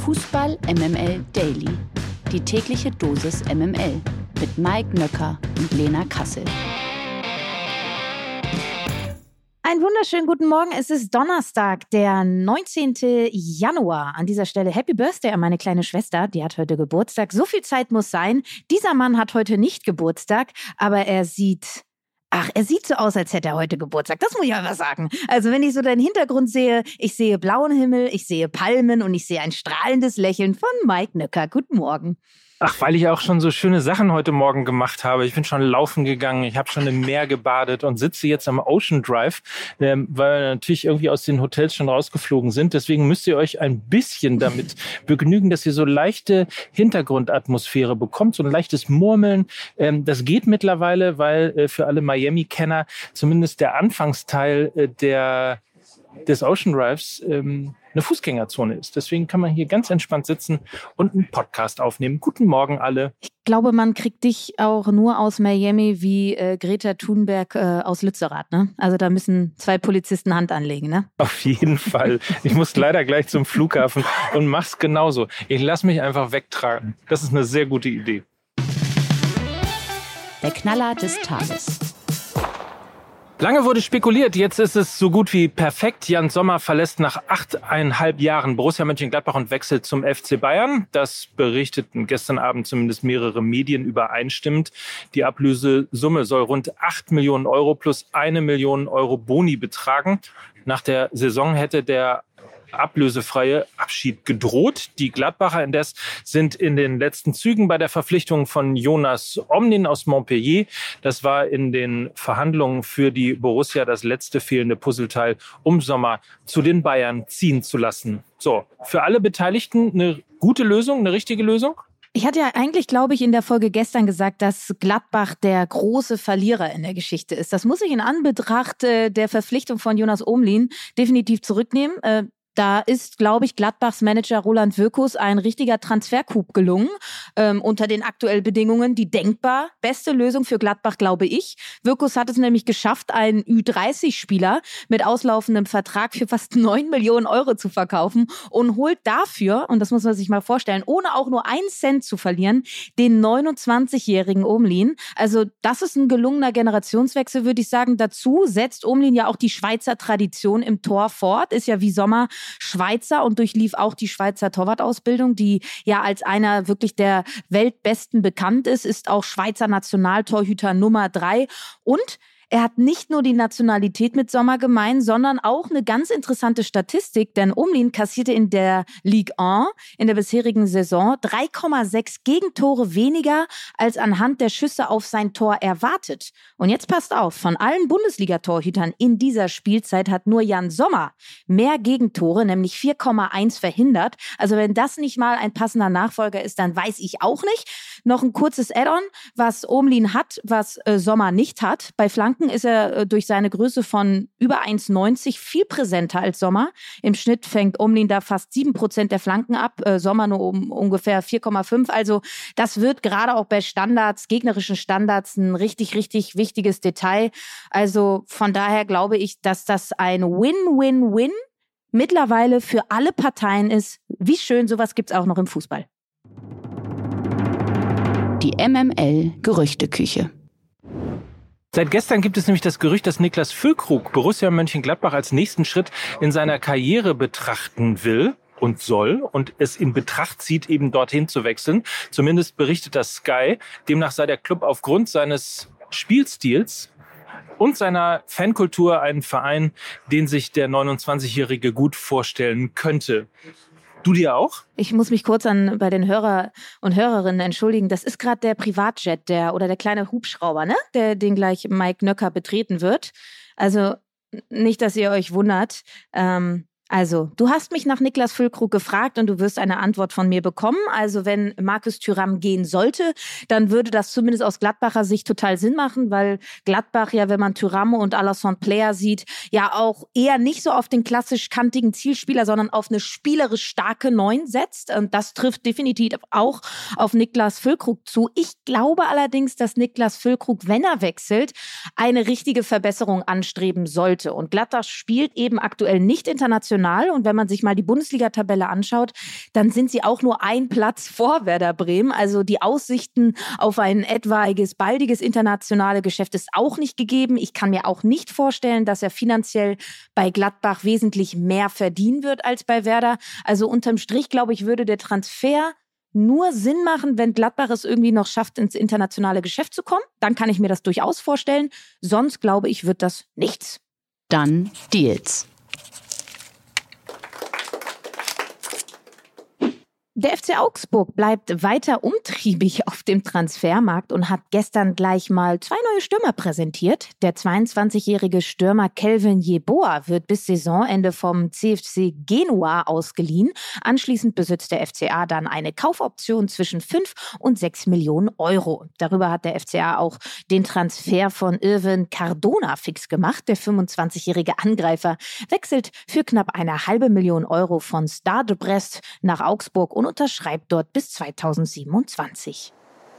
Fußball MML Daily. Die tägliche Dosis MML mit Mike Nöcker und Lena Kassel. Einen wunderschönen guten Morgen. Es ist Donnerstag, der 19. Januar. An dieser Stelle Happy Birthday an meine kleine Schwester. Die hat heute Geburtstag. So viel Zeit muss sein. Dieser Mann hat heute nicht Geburtstag, aber er sieht so aus, als hätte er heute Geburtstag. Das muss ich einfach sagen. Also wenn ich so deinen Hintergrund sehe, ich sehe blauen Himmel, ich sehe Palmen und ich sehe ein strahlendes Lächeln von Mike Nöcker. Guten Morgen. Ach, weil ich auch schon so schöne Sachen heute Morgen gemacht habe. Ich bin schon laufen gegangen, ich habe schon im Meer gebadet und sitze jetzt am Ocean Drive, weil wir natürlich irgendwie aus den Hotels schon rausgeflogen sind. Deswegen müsst ihr euch ein bisschen damit begnügen, dass ihr so leichte Hintergrundatmosphäre bekommt, so ein leichtes Murmeln. Das geht mittlerweile, weil für alle Miami-Kenner zumindest der Anfangsteil des Ocean Drives eine Fußgängerzone ist. Deswegen kann man hier ganz entspannt sitzen und einen Podcast aufnehmen. Guten Morgen alle. Ich glaube, man kriegt dich auch nur aus Miami wie Greta Thunberg aus Lützerath, ne? Also da müssen 2 Polizisten Hand anlegen, ne? Auf jeden Fall. Ich muss leider gleich zum Flughafen und mach's genauso. Ich lasse mich einfach wegtragen. Das ist eine sehr gute Idee. Der Knaller des Tages. Lange wurde spekuliert, jetzt ist es so gut wie perfekt. Jan Sommer verlässt nach 8,5 Jahren Borussia Mönchengladbach und wechselt zum FC Bayern. Das berichteten gestern Abend zumindest mehrere Medien übereinstimmend. Die Ablösesumme soll rund 8 Millionen Euro plus 1 Million Euro Boni betragen. Nach der Saison hätte der ablösefreie Abschied gedroht. Die Gladbacher indes sind in den letzten Zügen bei der Verpflichtung von Jonas Omlin aus Montpellier. Das war in den Verhandlungen für die Borussia das letzte fehlende Puzzleteil, um Sommer zu den Bayern ziehen zu lassen. So, für alle Beteiligten eine gute Lösung, eine richtige Lösung? Ich hatte ja eigentlich, glaube ich, in der Folge gestern gesagt, dass Gladbach der große Verlierer in der Geschichte ist. Das muss ich in Anbetracht der Verpflichtung von Jonas Omlin definitiv zurücknehmen. Da ist, glaube ich, Gladbachs Manager Roland Wirkus ein richtiger Transfercoup gelungen, unter den aktuellen Bedingungen. Die denkbar beste Lösung für Gladbach, glaube ich. Wirkus hat es nämlich geschafft, einen Ü30-Spieler mit auslaufendem Vertrag für fast 9 Millionen Euro zu verkaufen und holt dafür, und das muss man sich mal vorstellen, ohne auch nur 1 Cent zu verlieren, den 29-jährigen Omlin. Also das ist ein gelungener Generationswechsel, würde ich sagen. Dazu setzt Omlin ja auch die Schweizer Tradition im Tor fort, ist ja wie Sommer Schweizer und durchlief auch die Schweizer Torwartausbildung, die ja als einer wirklich der Weltbesten bekannt ist auch Schweizer Nationaltorhüter Nummer 3 und er hat nicht nur die Nationalität mit Sommer gemein, sondern auch eine ganz interessante Statistik, denn Omlin kassierte in der Ligue 1 in der bisherigen Saison 3,6 Gegentore weniger als anhand der Schüsse auf sein Tor erwartet. Und jetzt passt auf, von allen Bundesliga-Torhütern in dieser Spielzeit hat nur Jan Sommer mehr Gegentore, nämlich 4,1 verhindert. Also wenn das nicht mal ein passender Nachfolger ist, dann weiß ich auch nicht. Noch ein kurzes Add-on, was Omlin hat, was Sommer nicht hat. Bei Flanken ist er durch seine Größe von über 1,90 viel präsenter als Sommer. Im Schnitt fängt Omlin da fast 7% der Flanken ab, Sommer nur um ungefähr 4,5. Also das wird gerade auch bei Standards, gegnerischen Standards, ein richtig, richtig wichtiges Detail. Also von daher glaube ich, dass das ein Win-Win-Win mittlerweile für alle Parteien ist. Wie schön, sowas gibt's auch noch im Fußball. Die MML-Gerüchteküche. Seit gestern gibt es nämlich das Gerücht, dass Niklas Füllkrug Borussia Mönchengladbach als nächsten Schritt in seiner Karriere betrachten will und soll und es in Betracht zieht, eben dorthin zu wechseln. Zumindest berichtet das Sky. Demnach sei der Club aufgrund seines Spielstils und seiner Fankultur ein Verein, den sich der 29-Jährige gut vorstellen könnte. Du dir auch? Ich muss mich kurz bei den Hörer und Hörerinnen entschuldigen. Das ist gerade der Privatjet, der kleine Hubschrauber, ne? Den gleich Mike Nöcker betreten wird. Also nicht, dass ihr euch wundert. Also, du hast mich nach Niklas Füllkrug gefragt und du wirst eine Antwort von mir bekommen. Also, wenn Markus Thuram gehen sollte, dann würde das zumindest aus Gladbacher Sicht total Sinn machen, weil Gladbach ja, wenn man Thuram und Alassane Player sieht, ja auch eher nicht so auf den klassisch kantigen Zielspieler, sondern auf eine spielerisch starke 9 setzt. Und das trifft definitiv auch auf Niklas Füllkrug zu. Ich glaube allerdings, dass Niklas Füllkrug, wenn er wechselt, eine richtige Verbesserung anstreben sollte. Und Gladbach spielt eben aktuell nicht international. international. Und wenn man sich mal die Bundesliga-Tabelle anschaut, dann sind sie auch nur ein Platz vor Werder Bremen. Also die Aussichten auf ein etwaiges, baldiges internationale Geschäft ist auch nicht gegeben. Ich kann mir auch nicht vorstellen, dass er finanziell bei Gladbach wesentlich mehr verdienen wird als bei Werder. Also unterm Strich, glaube ich, würde der Transfer nur Sinn machen, wenn Gladbach es irgendwie noch schafft, ins internationale Geschäft zu kommen. Dann kann ich mir das durchaus vorstellen. Sonst, glaube ich, wird das nichts. Dann Deals. Der FC Augsburg bleibt weiter umtriebig auf dem Transfermarkt und hat gestern gleich mal 2 neue Stürmer präsentiert. Der 22-jährige Stürmer Kelvin Yeboah wird bis Saisonende vom CFC Genua ausgeliehen. Anschließend besitzt der FCA dann eine Kaufoption zwischen 5 und 6 Millionen Euro. Darüber hat der FCA auch den Transfer von Irvin Cardona fix gemacht. Der 25-jährige Angreifer wechselt für knapp 1,5 Million Euro von Stade Brest nach Augsburg und unterschreibt dort bis 2027.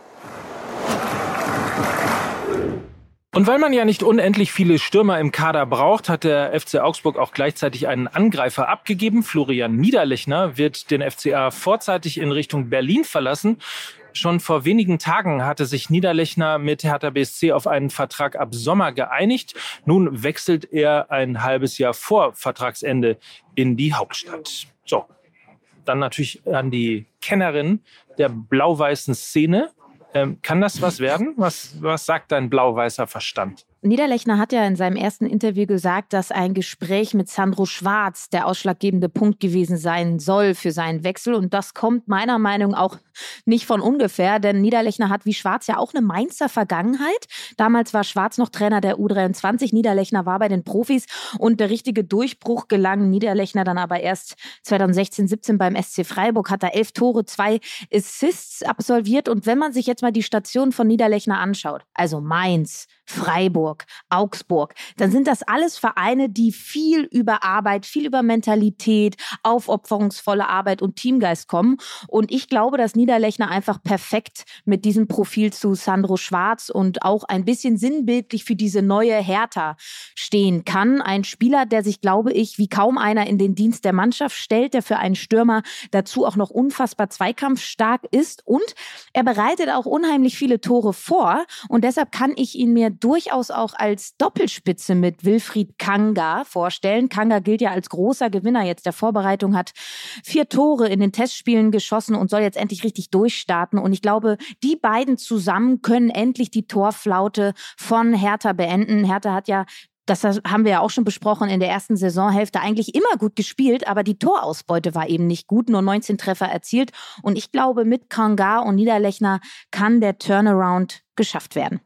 Und weil man ja nicht unendlich viele Stürmer im Kader braucht, hat der FC Augsburg auch gleichzeitig einen Angreifer abgegeben. Florian Niederlechner wird den FCA vorzeitig in Richtung Berlin verlassen. Schon vor wenigen Tagen hatte sich Niederlechner mit Hertha BSC auf einen Vertrag ab Sommer geeinigt. Nun wechselt er ein halbes Jahr vor Vertragsende in die Hauptstadt. So. Dann natürlich an die Kennerin der blau-weißen Szene. Kann das was werden? Was sagt dein blau-weißer Verstand? Niederlechner hat ja in seinem ersten Interview gesagt, dass ein Gespräch mit Sandro Schwarz der ausschlaggebende Punkt gewesen sein soll für seinen Wechsel. Und das kommt meiner Meinung nach auch nicht von ungefähr, denn Niederlechner hat wie Schwarz ja auch eine Mainzer Vergangenheit. Damals war Schwarz noch Trainer der U23, Niederlechner war bei den Profis und der richtige Durchbruch gelang Niederlechner dann aber erst 2016/17 beim SC Freiburg, hat er 11 Tore, 2 Assists absolviert. Und wenn man sich jetzt mal die Stationen von Niederlechner anschaut, also Mainz, Freiburg, Augsburg, dann sind das alles Vereine, die viel über Arbeit, viel über Mentalität, aufopferungsvolle Arbeit und Teamgeist kommen. Und ich glaube, dass Niederlechner einfach perfekt mit diesem Profil zu Sandro Schwarz und auch ein bisschen sinnbildlich für diese neue Hertha stehen kann. Ein Spieler, der sich, glaube ich, wie kaum einer in den Dienst der Mannschaft stellt, der für einen Stürmer dazu auch noch unfassbar zweikampfstark ist. Und er bereitet auch unheimlich viele Tore vor. Und deshalb kann ich ihn mir durchaus auch als Doppelspitze mit Wilfried Kanga vorstellen. Kanga gilt ja als großer Gewinner jetzt der Vorbereitung, hat 4 Tore in den Testspielen geschossen und soll jetzt endlich richtig durchstarten. Und ich glaube, die beiden zusammen können endlich die Torflaute von Hertha beenden. Hertha hat ja, das haben wir ja auch schon besprochen, in der ersten Saisonhälfte eigentlich immer gut gespielt, aber die Torausbeute war eben nicht gut, nur 19 Treffer erzielt. Und ich glaube, mit Kanga und Niederlechner kann der Turnaround geschafft werden.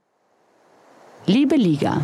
Liebe Liga.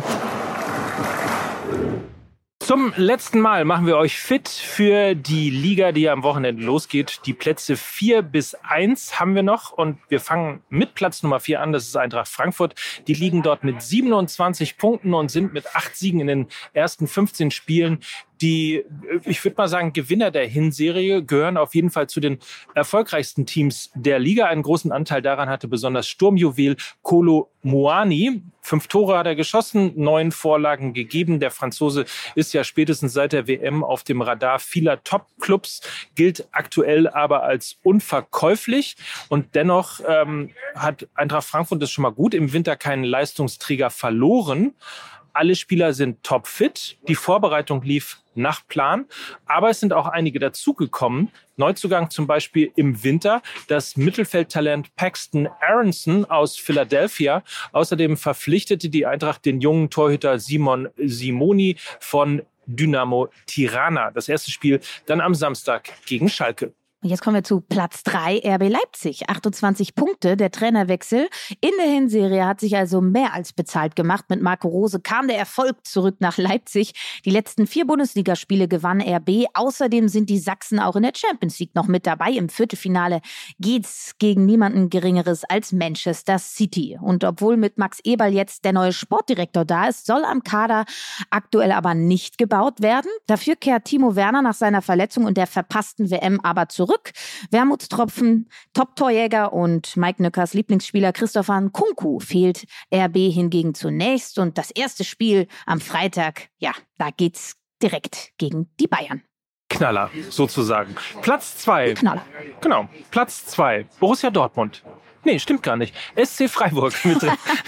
Zum letzten Mal machen wir euch fit für die Liga, die am Wochenende losgeht. Die Plätze 4 bis 1 haben wir noch und wir fangen mit Platz Nummer 4 an. Das ist Eintracht Frankfurt. Die liegen dort mit 27 Punkten und sind mit 8 Siegen in den ersten 15 Spielen die, ich würde mal sagen, Gewinner der Hinserie, gehören auf jeden Fall zu den erfolgreichsten Teams der Liga. Einen großen Anteil daran hatte besonders Sturmjuwel Kolo Muani. 5 Tore hat er geschossen, 9 Vorlagen gegeben. Der Franzose ist ja spätestens seit der WM auf dem Radar vieler Top-Clubs, gilt aktuell aber als unverkäuflich. Und dennoch hat Eintracht Frankfurt das schon mal gut im Winter keinen Leistungsträger verloren. Alle Spieler sind topfit. Die Vorbereitung lief nach Plan. Aber es sind auch einige dazugekommen. Neuzugang zum Beispiel im Winter das Mittelfeldtalent Paxton Aronson aus Philadelphia. Außerdem verpflichtete die Eintracht den jungen Torhüter Simon Simoni von Dynamo Tirana. Das erste Spiel dann am Samstag gegen Schalke. Und jetzt kommen wir zu Platz 3, RB Leipzig. 28 Punkte, der Trainerwechsel. In der Hinserie hat sich also mehr als bezahlt gemacht. Mit Marco Rose kam der Erfolg zurück nach Leipzig. Die letzten 4 Bundesligaspiele gewann RB. Außerdem sind die Sachsen auch in der Champions League noch mit dabei. Im Viertelfinale geht's gegen niemanden Geringeres als Manchester City. Und obwohl mit Max Eberl jetzt der neue Sportdirektor da ist, soll am Kader aktuell aber nicht gebaut werden. Dafür kehrt Timo Werner nach seiner Verletzung und der verpassten WM aber zurück. Wermutstropfen, Top-Torjäger und Mike Nöckers Lieblingsspieler Christopher Nkunku fehlt RB hingegen zunächst. Und das erste Spiel am Freitag, ja, da geht's direkt gegen die Bayern. Knaller, sozusagen. Platz 2. Knaller. Genau, Platz 2. Borussia Dortmund. Nee, stimmt gar nicht. SC Freiburg mit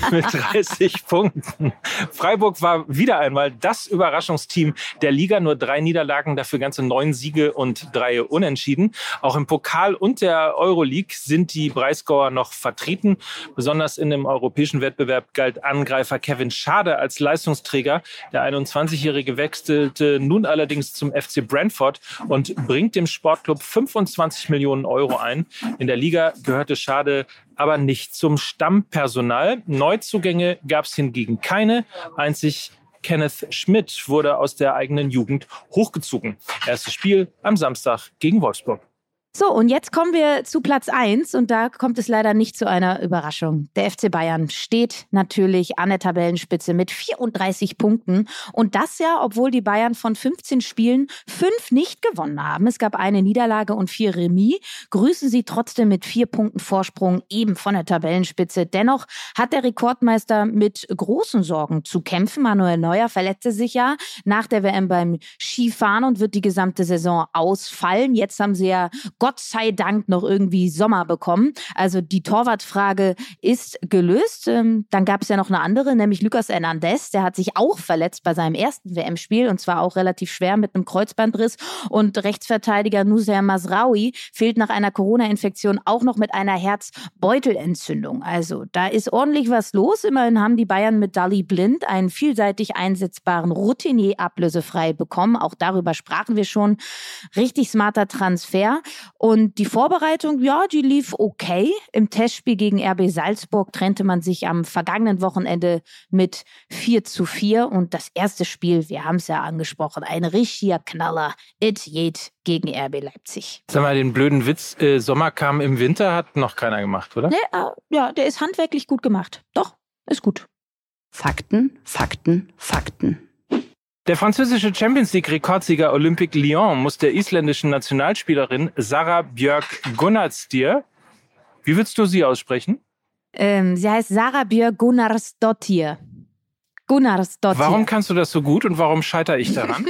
30 Punkten. Freiburg war wieder einmal das Überraschungsteam der Liga. Nur 3 Niederlagen, dafür ganze 9 Siege und 3 Unentschieden. Auch im Pokal und der Euroleague sind die Breisgauer noch vertreten. Besonders in dem europäischen Wettbewerb galt Angreifer Kevin Schade als Leistungsträger. Der 21-Jährige wechselte nun allerdings zum FC Brentford und bringt dem Sportclub 25 Millionen Euro ein. In der Liga gehörte Schade aber nicht zum Stammpersonal. Neuzugänge gab es hingegen keine. Einzig Kenneth Schmidt wurde aus der eigenen Jugend hochgezogen. Erstes Spiel am Samstag gegen Wolfsburg. So, und jetzt kommen wir zu Platz 1 und da kommt es leider nicht zu einer Überraschung. Der FC Bayern steht natürlich an der Tabellenspitze mit 34 Punkten und das ja, obwohl die Bayern von 15 Spielen 5 nicht gewonnen haben. Es gab eine Niederlage und 4 Remis. Grüßen sie trotzdem mit 4 Punkten Vorsprung eben von der Tabellenspitze. Dennoch hat der Rekordmeister mit großen Sorgen zu kämpfen. Manuel Neuer verletzte sich ja nach der WM beim Skifahren und wird die gesamte Saison ausfallen. Jetzt haben sie ja Gott sei Dank noch irgendwie Sommer bekommen. Also die Torwartfrage ist gelöst. Dann gab es ja noch eine andere, nämlich Lucas Hernandez. Der hat sich auch verletzt bei seinem ersten WM-Spiel und zwar auch relativ schwer mit einem Kreuzbandriss. Und Rechtsverteidiger Noussair Mazraoui fehlt nach einer Corona-Infektion auch noch mit einer Herzbeutelentzündung. Also da ist ordentlich was los. Immerhin haben die Bayern mit Daley Blind einen vielseitig einsetzbaren Routinier ablösefrei bekommen. Auch darüber sprachen wir schon. Richtig smarter Transfer. Und die Vorbereitung, ja, die lief okay. Im Testspiel gegen RB Salzburg trennte man sich am vergangenen Wochenende mit 4:4. Und das erste Spiel, wir haben es ja angesprochen, ein richtiger Knaller. It geht gegen RB Leipzig. Sag mal, den blöden Witz, Sommer kam im Winter, hat noch keiner gemacht, oder? Nee, ja, der ist handwerklich gut gemacht. Doch, ist gut. Fakten, Fakten, Fakten. Der französische Champions-League-Rekordsieger Olympique Lyon muss der isländischen Nationalspielerin Sara Björk Gunnarsdóttir, wie würdest du sie aussprechen? Sie heißt Sara Björk Gunnarsdóttir. Gunnarsdóttir. Warum kannst du das so gut und warum scheitere ich daran?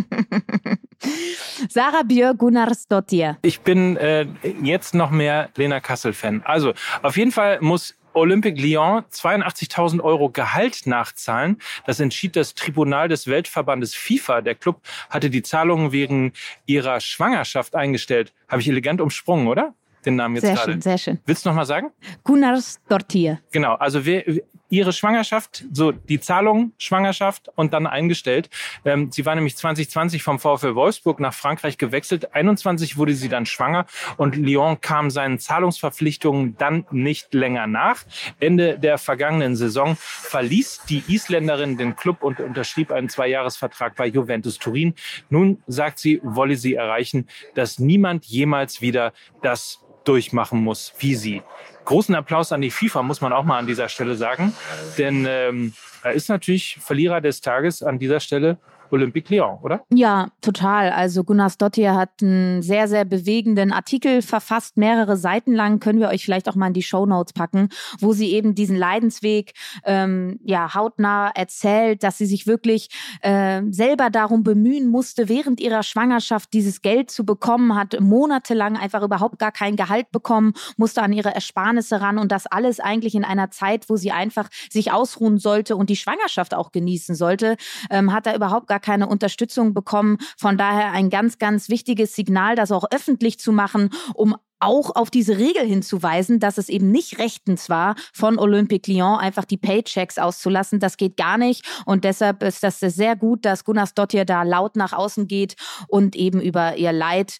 Sara Björk Gunnarsdóttir. Ich bin jetzt noch mehr Lena Kassel-Fan. Also, auf jeden Fall muss Olympique Lyon 82.000 Euro Gehalt nachzahlen. Das entschied das Tribunal des Weltverbandes FIFA. Der Club hatte die Zahlungen wegen ihrer Schwangerschaft eingestellt. Habe ich elegant umsprungen, oder? Den Namen jetzt sehr gerade. Schön, sehr schön. Willst du noch mal sagen? Gunnarsdóttir. Genau, also ihre Schwangerschaft, so die Zahlung, Schwangerschaft und dann eingestellt. Sie war nämlich 2020 vom VfL Wolfsburg nach Frankreich gewechselt. 21 wurde sie dann schwanger und Lyon kam seinen Zahlungsverpflichtungen dann nicht länger nach. Ende der vergangenen Saison verließ die Isländerin den Club und unterschrieb einen 2-Jahres-Vertrag bei Juventus Turin. Nun sagt sie, wolle sie erreichen, dass niemand jemals wieder das durchmachen muss wie sie. Großen Applaus an die FIFA, muss man auch mal an dieser Stelle sagen. Denn er ist natürlich Verlierer des Tages an dieser Stelle Olympique Lyon, oder? Ja, total. Also Gunnarsdóttir hat einen sehr, sehr bewegenden Artikel verfasst, mehrere Seiten lang, können wir euch vielleicht auch mal in die Shownotes packen, wo sie eben diesen Leidensweg hautnah erzählt, dass sie sich wirklich selber darum bemühen musste, während ihrer Schwangerschaft dieses Geld zu bekommen, hat monatelang einfach überhaupt gar kein Gehalt bekommen, musste an ihre Ersparnisse ran und das alles eigentlich in einer Zeit, wo sie einfach sich ausruhen sollte und die Schwangerschaft auch genießen sollte, hat er überhaupt gar keine Unterstützung bekommen. Von daher ein ganz, ganz wichtiges Signal, das auch öffentlich zu machen, um auch auf diese Regel hinzuweisen, dass es eben nicht rechtens war, von Olympique Lyon einfach die Paychecks auszulassen. Das geht gar nicht und deshalb ist das sehr gut, dass Gunnarsdóttir da laut nach außen geht und eben über ihr Leid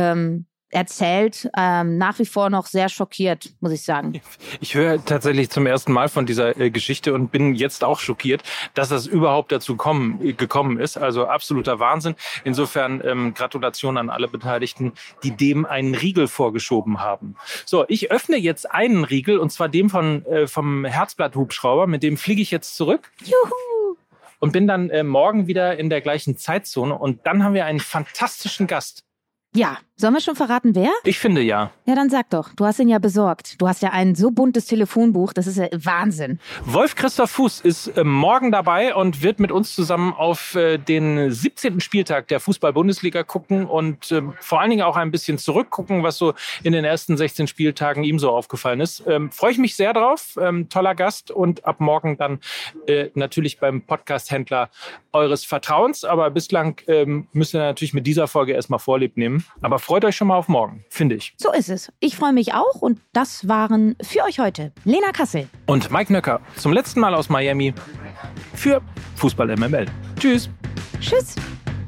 erzählt, nach wie vor noch sehr schockiert, muss ich sagen. Ich höre tatsächlich zum ersten Mal von dieser Geschichte und bin jetzt auch schockiert, dass das überhaupt dazu gekommen ist. Also absoluter Wahnsinn. Insofern Gratulation an alle Beteiligten, die dem einen Riegel vorgeschoben haben. So, ich öffne jetzt einen Riegel und zwar dem vom Herzblatt-Hubschrauber. Mit dem fliege ich jetzt zurück. Juhu! Und bin dann morgen wieder in der gleichen Zeitzone und dann haben wir einen fantastischen Gast. Ja, Sollen wir schon verraten, wer? Ich finde ja. Ja, dann sag doch. Du hast ihn ja besorgt. Du hast ja ein so buntes Telefonbuch. Das ist ja Wahnsinn. Wolf-Christoph Fuß ist morgen dabei und wird mit uns zusammen auf den 17. Spieltag der Fußball-Bundesliga gucken und vor allen Dingen auch ein bisschen zurückgucken, was so in den ersten 16 Spieltagen ihm so aufgefallen ist. Freue ich mich sehr drauf. Toller Gast und ab morgen dann natürlich beim Podcast-Händler eures Vertrauens. Aber bislang müsst ihr natürlich mit dieser Folge erstmal Vorlieb nehmen. Aber freut euch schon mal auf morgen, finde ich. So ist es. Ich freue mich auch und das waren für euch heute Lena Kassel und Mike Nöcker zum letzten Mal aus Miami für Fußball MML. Tschüss. Tschüss.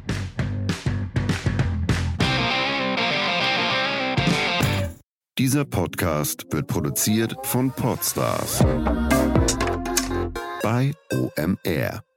Dieser Podcast wird produziert von Podstars bei OMR.